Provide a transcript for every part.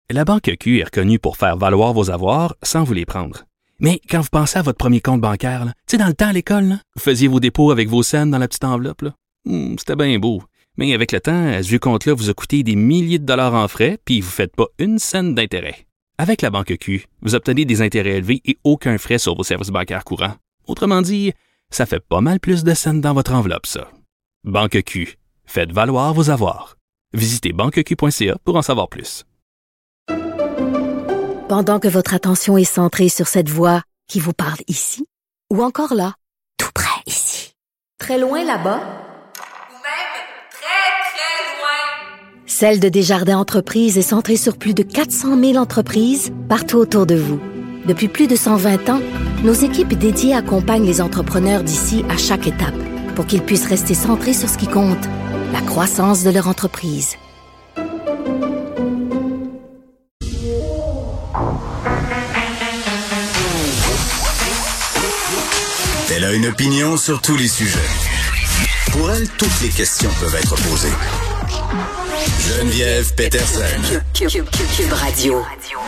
La Banque Q est reconnue pour faire valoir vos avoirs sans vous les prendre. Mais quand vous pensez à votre premier compte bancaire, tu sais, dans le temps à l'école, là, vous faisiez vos dépôts avec vos scènes dans la petite enveloppe. Là. C'était bien beau. Mais avec le temps, ce vieux compte-là vous a coûté des milliers de dollars en frais, puis vous ne faites pas une scène d'intérêt. Avec la Banque Q, vous obtenez des intérêts élevés et aucun frais sur vos services bancaires courants. Autrement dit, ça fait pas mal plus de scènes dans votre enveloppe, ça. Banque Q. Faites valoir vos avoirs. Visitez banqueq.ca pour en savoir plus. Pendant que votre attention est centrée sur cette voix qui vous parle ici, ou encore là, tout près ici, très loin là-bas, ou même très, très loin, Celle de Desjardins Entreprises est centrée sur plus de 400 000 entreprises partout autour de vous. Depuis plus de 120 ans, nos équipes dédiées accompagnent les entrepreneurs d'ici à chaque étape pour qu'ils puissent rester centrés sur ce qui compte, la croissance de leur entreprise. Elle a une opinion sur tous les sujets. Pour elle, toutes les questions peuvent être posées. Geneviève Peterson. Cube Radio.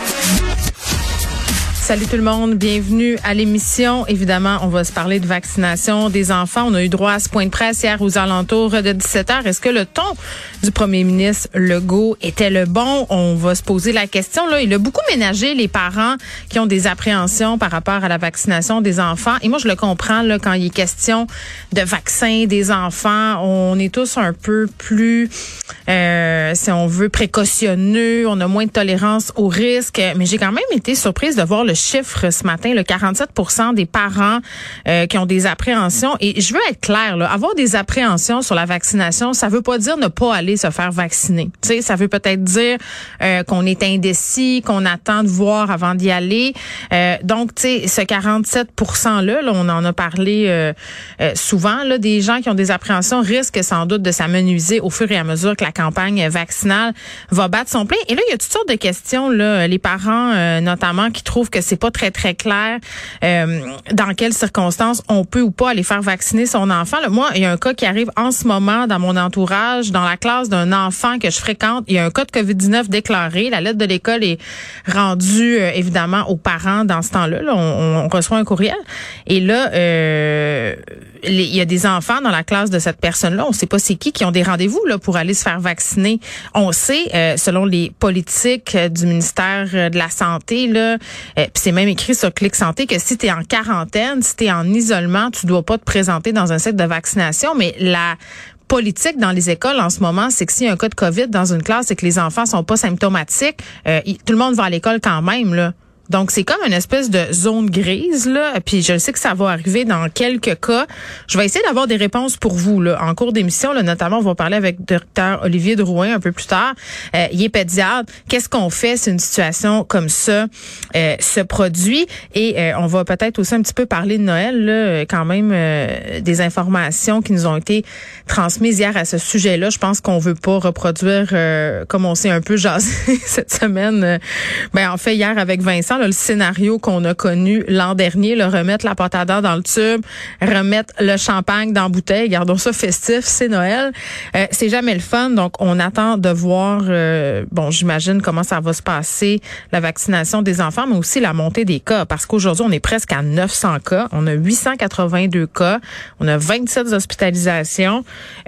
Salut tout le monde, bienvenue à l'émission. Évidemment, on va se parler de vaccination des enfants. On a eu droit à ce point de presse hier aux alentours de 17h. Est-ce que le ton du premier ministre Legault était le bon? On va se poser la question. Là, il a beaucoup ménagé les parents qui ont des appréhensions par rapport à la vaccination des enfants. Et moi, je le comprends là, quand il est question de vaccin des enfants. On est tous un peu plus, si on veut, précautionneux. On a moins de tolérance au risque. Mais j'ai quand même été surprise de voir le chiffre ce matin, le 47% des parents qui ont des appréhensions. Et je veux être claire, là, avoir des appréhensions sur la vaccination, ça veut pas dire ne pas aller se faire vacciner. Tu sais, ça veut peut-être dire qu'on est indécis, qu'on attend de voir avant d'y aller. Donc, tu sais, ce 47%-là, là, on en a parlé souvent, là, des gens qui ont des appréhensions risquent sans doute de s'amenuiser au fur et à mesure que la campagne vaccinale va battre son plein. Et là, il y a toutes sortes de questions, là, les parents notamment, qui trouvent que c'est pas très, très clair dans quelles circonstances on peut ou pas aller faire vacciner son enfant. Là, moi, il y a un cas qui arrive en ce moment dans mon entourage, dans la classe d'un enfant que je fréquente. Il y a un cas de COVID-19 déclaré. La lettre de l'école est rendue, évidemment, aux parents dans ce temps-là. Là, on reçoit un courriel. Et là, il y a des enfants dans la classe de cette personne-là. On sait pas c'est qui ont des rendez-vous là pour aller se faire vacciner. On sait, selon les politiques du ministère de la Santé, là, puis c'est même écrit sur Clic Santé que si tu es en quarantaine, si tu es en isolement, tu dois pas te présenter dans un site de vaccination. Mais la politique dans les écoles en ce moment, c'est que s'il y a un cas de COVID dans une classe et que les enfants sont pas symptomatiques, tout le monde va à l'école quand même, là. Donc, c'est comme une espèce de zone grise, là. Puis, je sais que ça va arriver dans quelques cas. Je vais essayer d'avoir des réponses pour vous, là. En cours d'émission, là, notamment, on va parler avec le docteur Olivier Drouin un peu plus tard. Il est pédiatre. Qu'est-ce qu'on fait si une situation comme ça se produit? Et on va peut-être aussi un petit peu parler de Noël, là. Quand même, des informations qui nous ont été transmises hier à ce sujet-là. Je pense qu'on veut pas reproduire, comme on s'est un peu jasé cette semaine. En fait, hier, avec Vincent, là, le scénario qu'on a connu l'an dernier, le remettre la patada dans le tube, remettre le champagne dans la bouteille, gardons ça festif, c'est Noël. C'est jamais le fun, donc on attend de voir, j'imagine comment ça va se passer, la vaccination des enfants, mais aussi la montée des cas, parce qu'aujourd'hui, on est presque à 900 cas, on a 882 cas, on a 27 hospitalisations.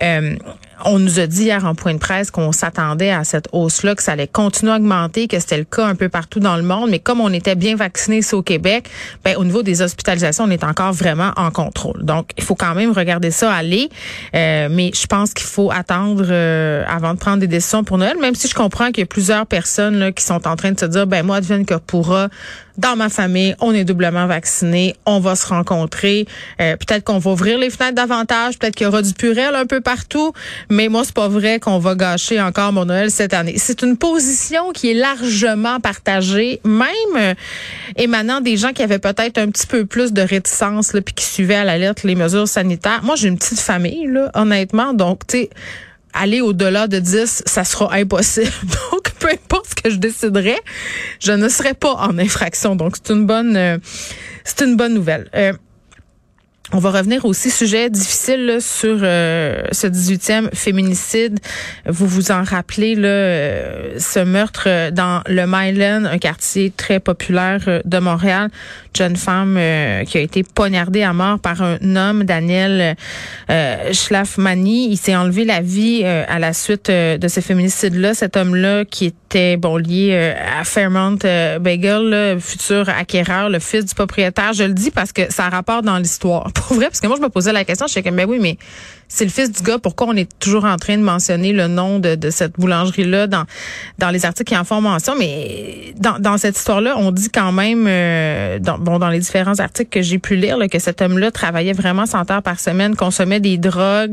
On nous a dit hier en point de presse qu'on s'attendait à cette hausse-là, que ça allait continuer à augmenter, que c'était le cas un peu partout dans le monde. Mais comme on était bien vaccinés ici au Québec, au niveau des hospitalisations, on est encore vraiment en contrôle. Donc, il faut quand même regarder ça aller. Mais je pense qu'il faut attendre avant de prendre des décisions pour Noël, même si je comprends qu'il y a plusieurs personnes là, qui sont en train de se dire, moi, advienne que pourra, dans ma famille, on est doublement vaccinés, on va se rencontrer. Peut-être qu'on va ouvrir les fenêtres davantage, peut-être qu'il y aura du Purel un peu partout. Mais moi, c'est pas vrai qu'on va gâcher encore mon Noël cette année. C'est une position qui est largement partagée, même émanant des gens qui avaient peut-être un petit peu plus de réticence là, puis qui suivaient à la lettre les mesures sanitaires. Moi, j'ai une petite famille, là, honnêtement, donc, tu sais, aller au-delà de 10, ça sera impossible. Donc, peu importe ce que je déciderais, je ne serai pas en infraction. Donc, c'est une bonne nouvelle. On va revenir aussi, sujet difficile là, sur ce 18e féminicide. Vous vous en rappelez, là, ce meurtre dans le Myland, un quartier très populaire de Montréal. Jeune femme qui a été poignardée à mort par un homme, Daniel Schlafmani. Il s'est enlevé la vie à la suite de ce féminicide-là. Cet homme-là qui était lié à Fairmount Bagel, là, futur acquéreur, le fils du propriétaire. Je le dis parce que ça rapporte dans l'histoire. Pour vrai, parce que moi, je me posais la question, je suis comme, ben oui, mais c'est le fils du gars, pourquoi on est toujours en train de mentionner le nom de cette boulangerie-là dans les articles qui en font mention? Mais dans cette histoire-là, on dit quand même, dans les différents articles que j'ai pu lire, là, que cet homme-là travaillait vraiment 100 heures par semaine, consommait des drogues.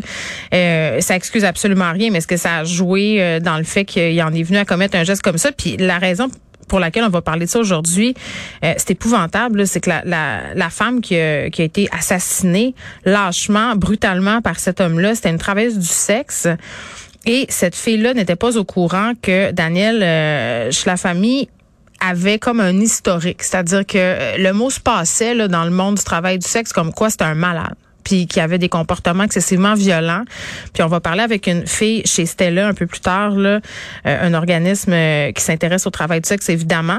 Ça excuse absolument rien, mais est-ce que ça a joué dans le fait qu'il en est venu à commettre un geste comme ça? Puis la raison pour laquelle on va parler de ça aujourd'hui, c'est épouvantable, là, c'est que la femme qui a été assassinée lâchement, brutalement par cet homme-là, c'était une travailleuse du sexe. Et cette fille-là n'était pas au courant que Daniel Schlafmani avait comme un historique. C'est-à-dire que le mot se passait là, dans le monde du travail du sexe comme quoi c'était un malade, puis qui avait des comportements excessivement violents. Puis on va parler avec une fille chez Stella un peu plus tard, là, un organisme qui s'intéresse au travail du sexe, évidemment.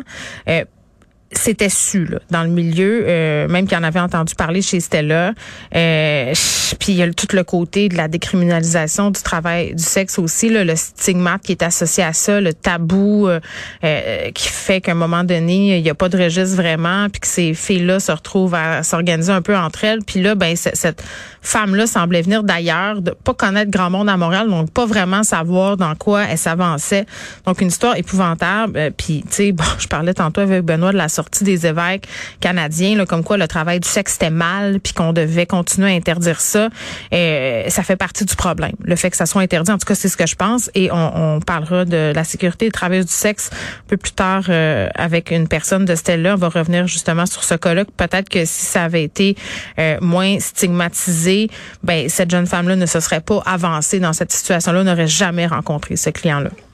C'était su là, dans le milieu, même qu'il en avait entendu parler chez Stella. Puis il y a tout le côté de la décriminalisation du travail du sexe aussi, là, le stigmate qui est associé à ça, le tabou qui fait qu'à un moment donné, il n'y a pas de registre vraiment, puis que ces filles-là se retrouvent à s'organiser un peu entre elles. Puis là, ben cette femme-là semblait venir d'ailleurs, de pas connaître grand monde à Montréal, donc pas vraiment savoir dans quoi elle s'avançait. Donc une histoire épouvantable. Puis tu sais, je parlais tantôt avec Benoît de la sortie des évêques canadiens, là, comme quoi le travail du sexe c'était mal, puis qu'on devait continuer à interdire ça. Ça fait partie du problème. Le fait que ça soit interdit, en tout cas, c'est ce que je pense. Et on parlera de la sécurité des travailleuses du sexe un peu plus tard avec une personne de Stella. On va revenir justement sur ce cas-là. Peut-être que si ça avait été moins stigmatisé, ben cette jeune femme-là ne se serait pas avancée dans cette situation-là, n'aurait jamais rencontré ce client-là.